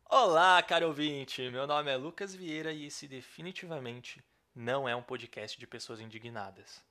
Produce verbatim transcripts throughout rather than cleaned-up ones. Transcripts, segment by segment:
Olá, caro ouvinte! Meu nome é Lucas Vieira e esse definitivamente não é um podcast de pessoas indignadas.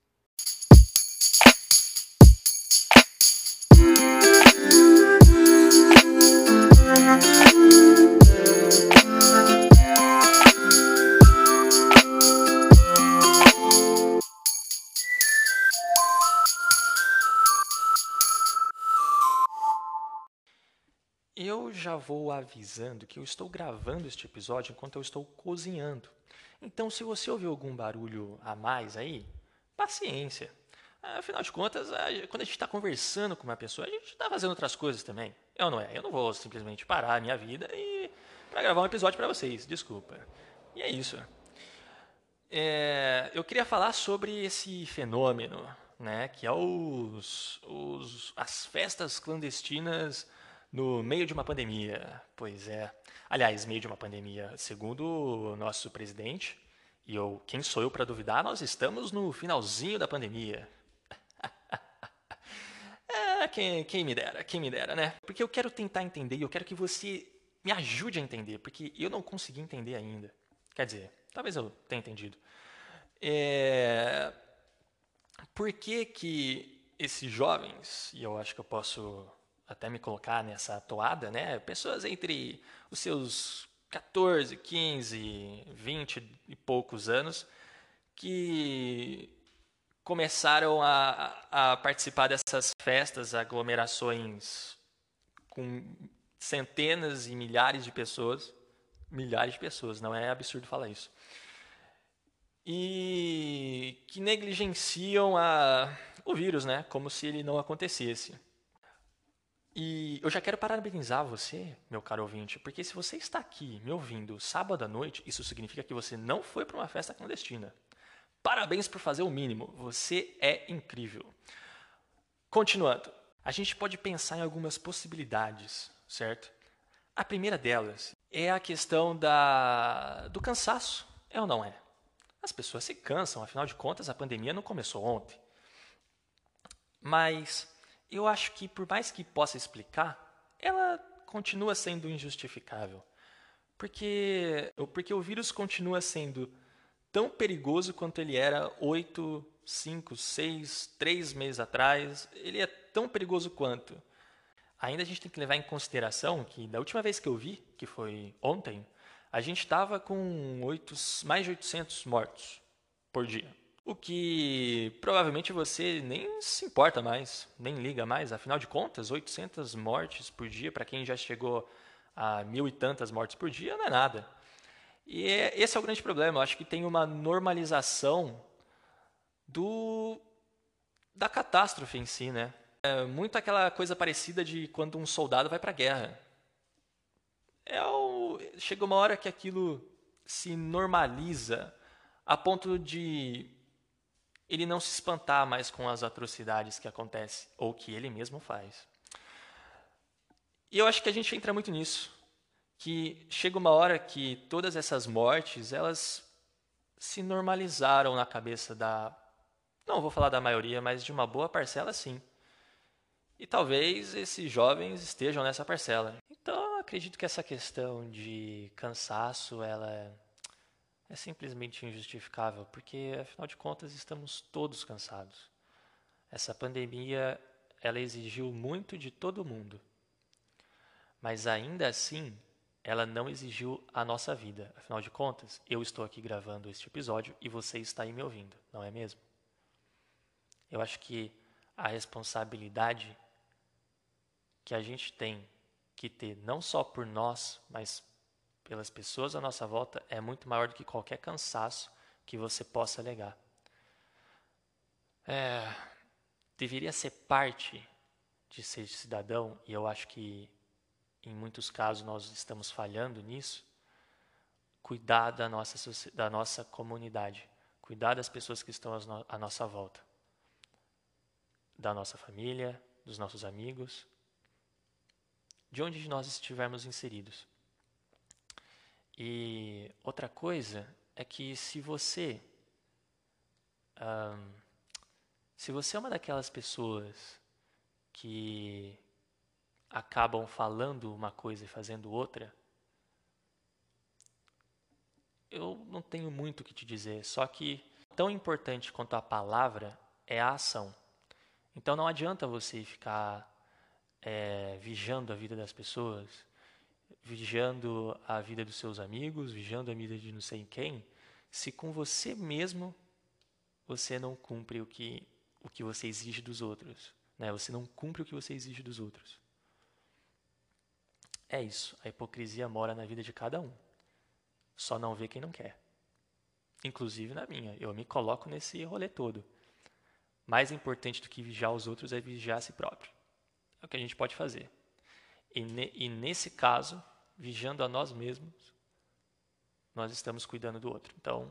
Eu já vou avisando que eu estou gravando este episódio enquanto eu estou cozinhando. Então, se você ouvir algum barulho a mais aí, paciência. Afinal de contas, a- quando a gente está conversando com uma pessoa, a gente está fazendo outras coisas também. Eu não é. Eu não vou simplesmente parar a minha vida e para gravar um episódio para vocês. Desculpa. E é isso. É, eu queria falar sobre esse fenômeno, né, que é os, os, as festas clandestinas no meio de uma pandemia. Pois é. Aliás, meio de uma pandemia, segundo o nosso presidente, e eu, quem sou eu para duvidar, nós estamos no finalzinho da pandemia. É, quem, quem me dera, quem me dera, né? Porque eu quero tentar entender e eu quero que você me ajude a entender, porque eu não consegui entender ainda. Quer dizer, talvez eu tenha entendido. É, por que que esses jovens, e eu acho que eu posso até me colocar nessa toada, né? Pessoas entre os seus catorze, quinze, vinte e poucos anos, que começaram a, a participar dessas festas, aglomerações com centenas e milhares de pessoas. Milhares de pessoas, não é absurdo falar isso. E que negligenciam a, o vírus, né? Como se ele não acontecesse. E eu já quero parabenizar você, meu caro ouvinte, porque se você está aqui me ouvindo sábado à noite, isso significa que você não foi para uma festa clandestina. Parabéns por fazer o mínimo, você é incrível. Continuando, a gente pode pensar em algumas possibilidades, certo? A primeira delas é a questão da, do cansaço, é ou não é? As pessoas se cansam, afinal de contas a pandemia não começou ontem. Mas eu acho que, por mais que possa explicar, ela continua sendo injustificável. Porque, porque o vírus continua sendo tão perigoso quanto ele era oito, cinco, seis, três meses atrás. Ele é tão perigoso quanto. Ainda a gente tem que levar em consideração que, da última vez que eu vi, que foi ontem, a gente estava com oito, mais de oitocentos mortos por dia. O que provavelmente você nem se importa mais, nem liga mais. Afinal de contas, oitocentas mortes por dia, para quem já chegou a mil e tantas mortes por dia, não é nada. E é, esse é o grande problema. Eu acho que tem uma normalização do da catástrofe em si, né? É muito aquela coisa parecida de quando um soldado vai para a guerra. É o, chega uma hora que aquilo se normaliza a ponto de ele não se espantar mais com as atrocidades que acontecem ou que ele mesmo faz. E eu acho que a gente entra muito nisso, que chega uma hora que todas essas mortes, elas se normalizaram na cabeça da, não vou falar da maioria, mas de uma boa parcela sim. E talvez esses jovens estejam nessa parcela. Então, eu acredito que essa questão de cansaço, ela é, é simplesmente injustificável, porque afinal de contas estamos todos cansados. Essa pandemia, ela exigiu muito de todo mundo, mas ainda assim, ela não exigiu a nossa vida. Afinal de contas, eu estou aqui gravando este episódio e você está aí me ouvindo, não é mesmo? Eu acho que a responsabilidade que a gente tem que ter, não só por nós, mas pelas pessoas à nossa volta, é muito maior do que qualquer cansaço que você possa alegar. É, deveria ser parte de ser cidadão, e eu acho que em muitos casos nós estamos falhando nisso, cuidar da nossa, da nossa comunidade, cuidar das pessoas que estão à nossa volta, da nossa família, dos nossos amigos, de onde nós estivermos inseridos. E outra coisa é que se você, hum, se você é uma daquelas pessoas que acabam falando uma coisa e fazendo outra, eu não tenho muito o que te dizer, só que tão importante quanto a palavra é a ação. Então não adianta você ficar é, vigiando a vida das pessoas, vigiando a vida dos seus amigos, vigiando a vida de não sei quem, se com você mesmo você não cumpre o que, o que você exige dos outros. Né? Você não cumpre o que você exige dos outros. É isso, a hipocrisia mora na vida de cada um. Só não vê quem não quer. Inclusive na minha, eu me coloco nesse rolê todo. Mais importante do que vigiar os outros é vigiar a si próprio. É o que a gente pode fazer. E, ne, e nesse caso, vigiando a nós mesmos, nós estamos cuidando do outro. Então,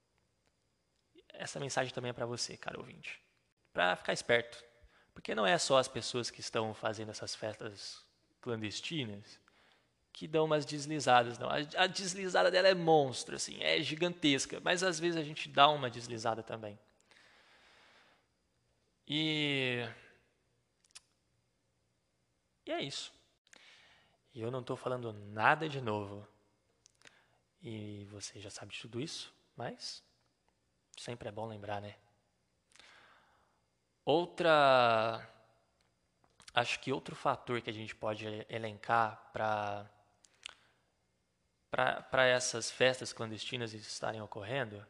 essa mensagem também é para você, cara ouvinte. Para ficar esperto. Porque não é só as pessoas que estão fazendo essas festas clandestinas que dão umas deslizadas, não. A, a deslizada dela é monstro, assim, é gigantesca. Mas às vezes a gente dá uma deslizada também. E, e é isso. E eu não estou falando nada de novo. E você já sabe de tudo isso, mas sempre é bom lembrar, né? Outra... Acho que outro fator que a gente pode elencar para para essas festas clandestinas estarem ocorrendo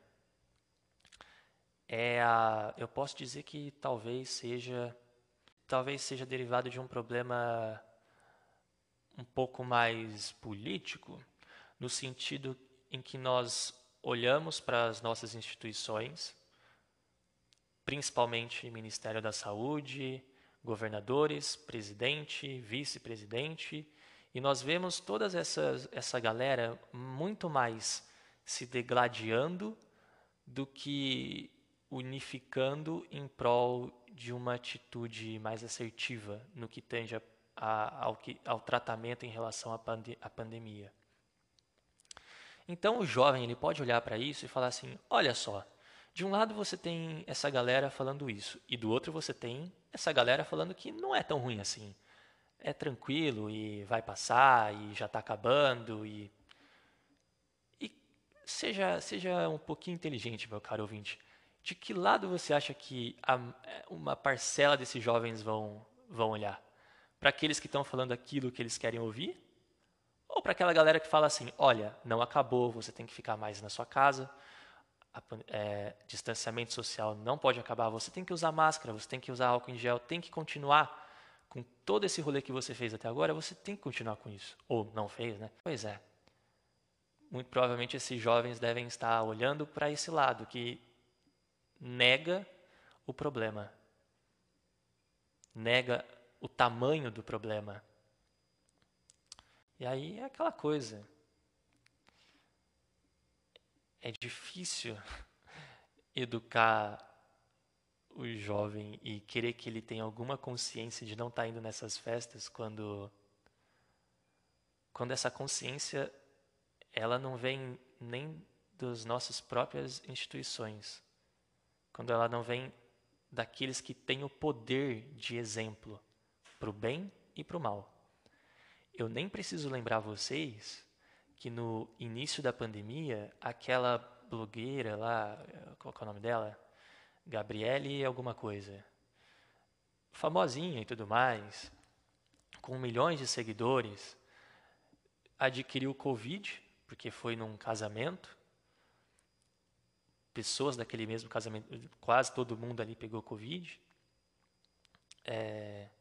é a... Eu posso dizer que talvez seja... Talvez seja derivado de um problema um pouco mais político, no sentido em que nós olhamos para as nossas instituições, principalmente Ministério da Saúde, governadores, presidente, vice-presidente, e nós vemos toda essa, essa galera muito mais se degladiando do que unificando em prol de uma atitude mais assertiva no que tange a, a, ao, que, ao tratamento em relação à, pande, à pandemia. Então o jovem ele pode olhar para isso e falar assim, olha só, de um lado você tem essa galera falando isso, e do outro você tem essa galera falando que não é tão ruim assim. É tranquilo e vai passar e já está acabando e... E seja, seja um pouquinho inteligente, meu caro ouvinte. De que lado você acha que a, uma parcela desses jovens vão, vão olhar? Para aqueles que estão falando aquilo que eles querem ouvir? Ou para aquela galera que fala assim, olha, não acabou, você tem que ficar mais na sua casa, a, é, distanciamento social não pode acabar, você tem que usar máscara, você tem que usar álcool em gel, tem que continuar com todo esse rolê que você fez até agora, você tem que continuar com isso. Ou não fez, né? Pois é. Muito provavelmente esses jovens devem estar olhando para esse lado, que nega o problema. Nega o tamanho do problema. E aí é aquela coisa. É difícil educar o jovem e querer que ele tenha alguma consciência de não estar indo nessas festas quando quando essa consciência ela não vem nem das nossas próprias instituições. Quando ela não vem daqueles que têm o poder de exemplo para o bem e para o mal. Eu nem preciso lembrar vocês que no início da pandemia, aquela blogueira lá, qual é o nome dela? Gabriele alguma coisa. Famosinha e tudo mais, com milhões de seguidores, adquiriu Covid, porque foi num casamento. Pessoas daquele mesmo casamento, quase todo mundo ali pegou Covid. É...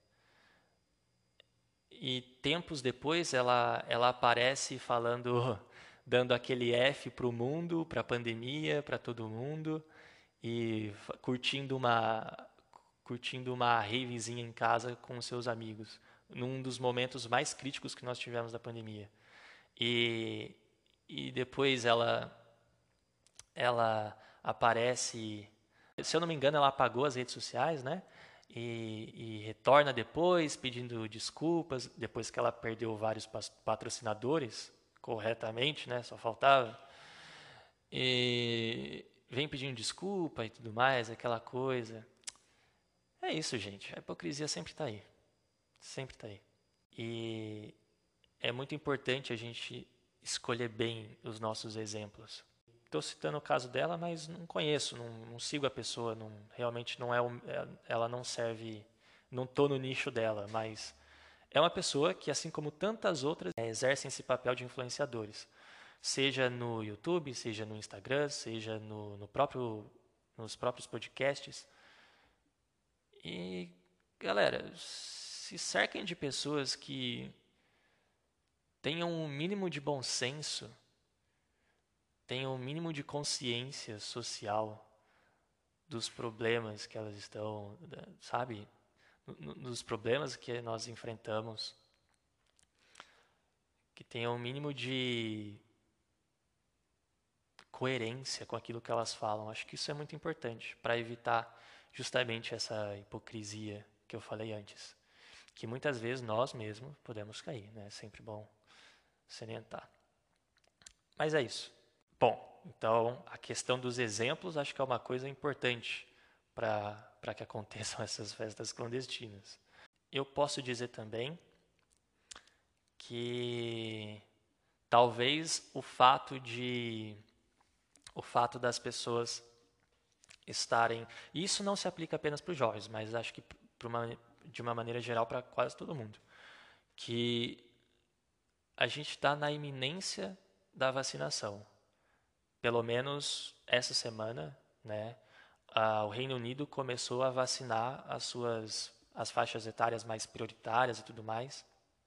E tempos depois ela, ela aparece falando, dando aquele F para o mundo, para a pandemia, para todo mundo, e curtindo uma, curtindo uma ravezinha em casa com seus amigos, num dos momentos mais críticos que nós tivemos da pandemia. E, e depois ela, ela aparece, se eu não me engano, ela apagou as redes sociais, né? E, e retorna depois pedindo desculpas, depois que ela perdeu vários patrocinadores, corretamente, né? Só faltava. E vem pedindo desculpa e tudo mais, aquela coisa. É isso, gente. A hipocrisia sempre está aí. Sempre está aí. E é muito importante a gente escolher bem os nossos exemplos. Estou citando o caso dela, mas não conheço, não, não sigo a pessoa, não, realmente não é, ela não serve, não estou no nicho dela, mas é uma pessoa que, assim como tantas outras, é, exercem esse papel de influenciadores, seja no YouTube, seja no Instagram, seja no, no próprio, nos próprios podcasts. E, galera, se cerquem de pessoas que tenham um mínimo de bom senso, tenham um mínimo de consciência social dos problemas que elas estão, sabe? Dos problemas que nós enfrentamos, que tenham um mínimo de coerência com aquilo que elas falam. Acho que isso é muito importante para evitar justamente essa hipocrisia que eu falei antes, que muitas vezes nós mesmos podemos cair, né? É sempre bom salientar. Mas é isso. Bom, então a questão dos exemplos acho que é uma coisa importante para para que aconteçam essas festas clandestinas. Eu posso dizer também que talvez o fato de o fato das pessoas estarem, e isso não se aplica apenas para os jovens, mas acho que uma, de uma maneira geral para quase todo mundo, que a gente está na iminência da vacinação. Pelo menos essa semana, né, a, o Reino Unido começou a vacinar as suas as faixas etárias mais prioritárias e tudo mais.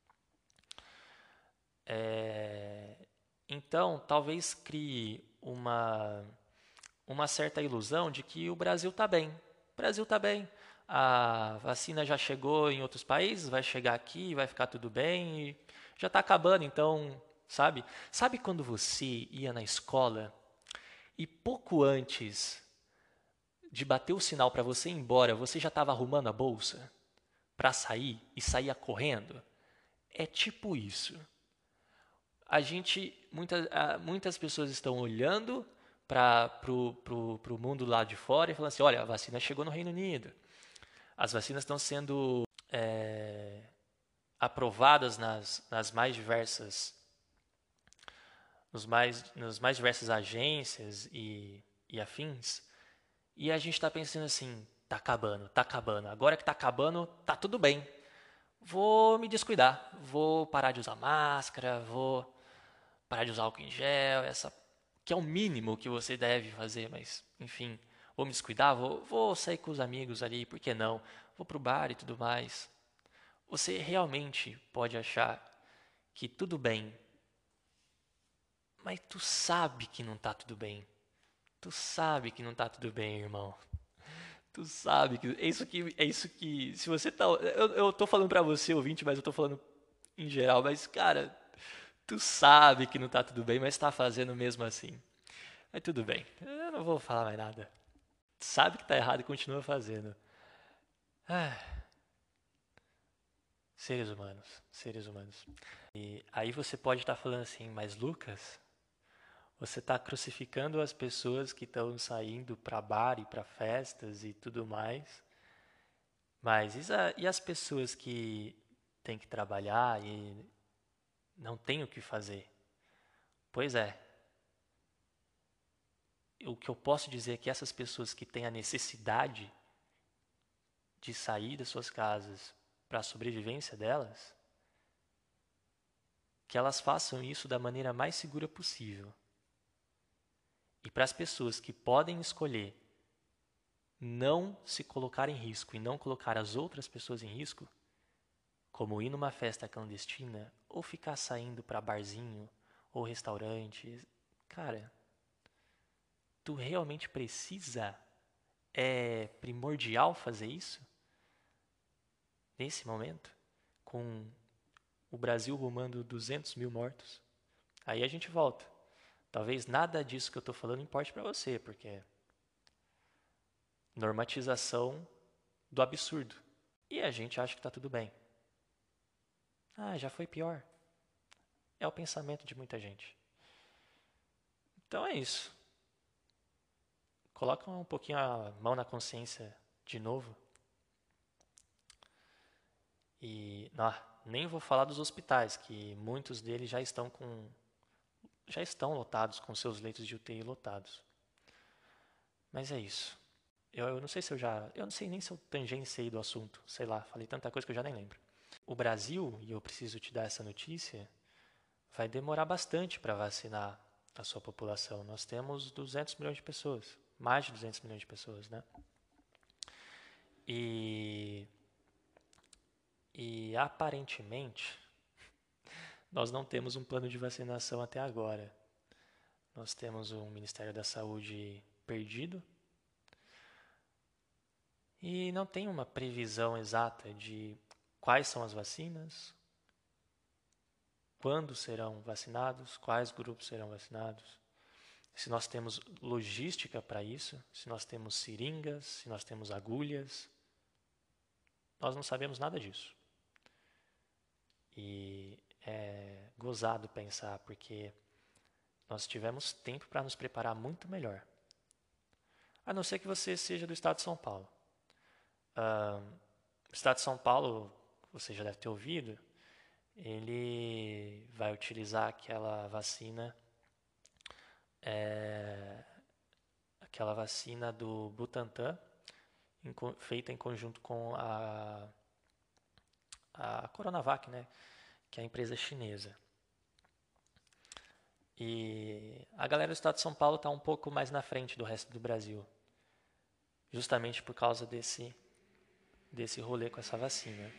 É, então, talvez crie uma, uma certa ilusão de que o Brasil está bem. O Brasil está bem. A vacina já chegou em outros países, vai chegar aqui, vai ficar tudo bem. E já está acabando, então, sabe? Sabe quando você ia na escola e pouco antes de bater o sinal para você ir embora, você já estava arrumando a bolsa para sair e saía correndo? É tipo isso. A gente, muitas, muitas pessoas estão olhando para o pro, pro mundo lá de fora e falando assim, olha, a vacina chegou no Reino Unido. As vacinas estão sendo é, aprovadas nas, nas mais diversas nos mais, nas mais diversas agências e, e afins. E a gente está pensando assim, tá acabando, tá acabando. Agora que tá acabando, tá tudo bem. Vou me descuidar, vou parar de usar máscara, vou parar de usar álcool em gel, essa que é o mínimo que você deve fazer, mas enfim, vou me descuidar, vou, vou sair com os amigos ali, por que não? Vou pro bar e tudo mais. Você realmente pode achar que tudo bem, mas tu sabe que não tá tudo bem. Tu sabe que não tá tudo bem, irmão. Tu sabe que é isso que é isso que se você tá eu, eu tô falando pra você, ouvinte, mas eu tô falando em geral, mas cara, tu sabe que não tá tudo bem, mas tá fazendo mesmo assim. Mas tudo bem. Eu não vou falar mais nada. Sabe que tá errado e continua fazendo. Ah, seres humanos, seres humanos. E aí você pode estar falando assim, mas Lucas, você está crucificando as pessoas que estão saindo para bar e para festas e tudo mais. Mas e as pessoas que têm que trabalhar e não têm o que fazer? Pois é. O que eu posso dizer é que essas pessoas que têm a necessidade de sair das suas casas para a sobrevivência delas, que elas façam isso da maneira mais segura possível. E para as pessoas que podem escolher não se colocar em risco e não colocar as outras pessoas em risco, como ir numa festa clandestina ou ficar saindo para barzinho ou restaurante, cara, tu realmente precisa, é primordial fazer isso? Nesse momento? Com o Brasil rumando duzentos mil mortos? Aí a gente volta. Talvez nada disso que eu estou falando importe para você, porque normatização do absurdo. E a gente acha que está tudo bem. Ah, já foi pior. É o pensamento de muita gente. Então é isso. Coloca um pouquinho a mão na consciência de novo. E não, nem vou falar dos hospitais, que muitos deles já estão com já estão lotados, com seus leitos de U T I lotados. Mas é isso. Eu, eu não sei se eu já... Eu não sei nem se eu tangenciei do assunto. Sei lá, falei tanta coisa que eu já nem lembro. O Brasil, e eu preciso te dar essa notícia, vai demorar bastante para vacinar a sua população. Nós temos duzentos milhões de pessoas. Mais de duzentos milhões de pessoas, né? E... E aparentemente, nós não temos um plano de vacinação até agora. Nós temos um Ministério da Saúde perdido e não tem uma previsão exata de quais são as vacinas, quando serão vacinados, quais grupos serão vacinados, se nós temos logística para isso, se nós temos seringas, se nós temos agulhas. Nós não sabemos nada disso. E é gozado pensar, porque nós tivemos tempo para nos preparar muito melhor. A não ser que você seja do estado de São Paulo. Uh, o estado de São Paulo, você já deve ter ouvido, ele vai utilizar aquela vacina, é, aquela vacina do Butantan, em, feita em conjunto com a, a Coronavac, né, que é a empresa chinesa. E a galera do estado de São Paulo está um pouco mais na frente do resto do Brasil, justamente por causa desse, desse rolê com essa vacina.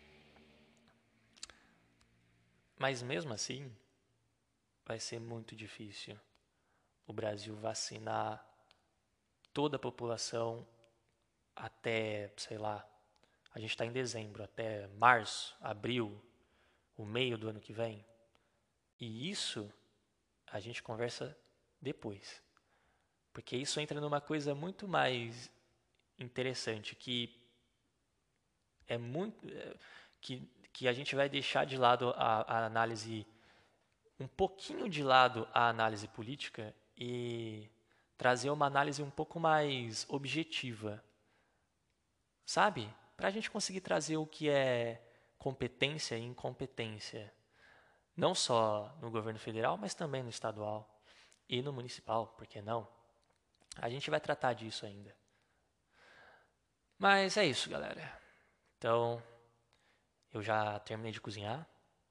Mas mesmo assim, vai ser muito difícil o Brasil vacinar toda a população até, sei lá, a gente está em dezembro, até março, abril, o meio do ano que vem. E isso a gente conversa depois. Porque isso entra numa coisa muito mais interessante, que é muito... que, que a gente vai deixar de lado a, a análise, um pouquinho de lado a análise política e trazer uma análise um pouco mais objetiva, sabe? Para a gente conseguir trazer o que é competência e incompetência, não só no governo federal, mas também no estadual e no municipal, por que não? A gente vai tratar disso ainda. Mas é isso, galera. Então, eu já terminei de cozinhar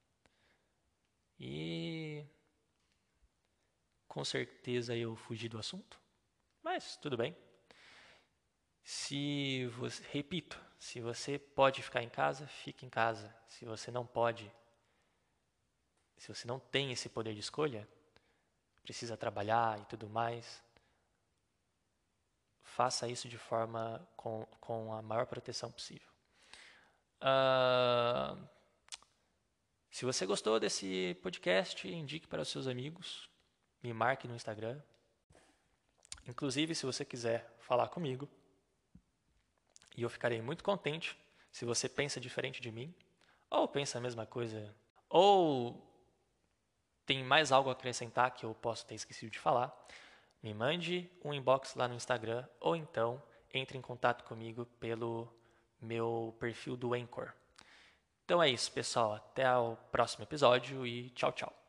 e com certeza eu fugi do assunto, mas tudo bem. Se você, repito, se você pode ficar em casa, fique em casa. Se você não pode, se você não tem esse poder de escolha, precisa trabalhar e tudo mais, faça isso de forma com, com a maior proteção possível. Uh, se você gostou desse podcast, indique para os seus amigos, me marque no Instagram. Inclusive, se você quiser falar comigo, e eu ficarei muito contente se você pensa diferente de mim, ou pensa a mesma coisa, ou tem mais algo a acrescentar que eu posso ter esquecido de falar, me mande um inbox lá no Instagram, ou então entre em contato comigo pelo meu perfil do Anchor. Então é isso, pessoal. Até o próximo episódio e tchau, tchau.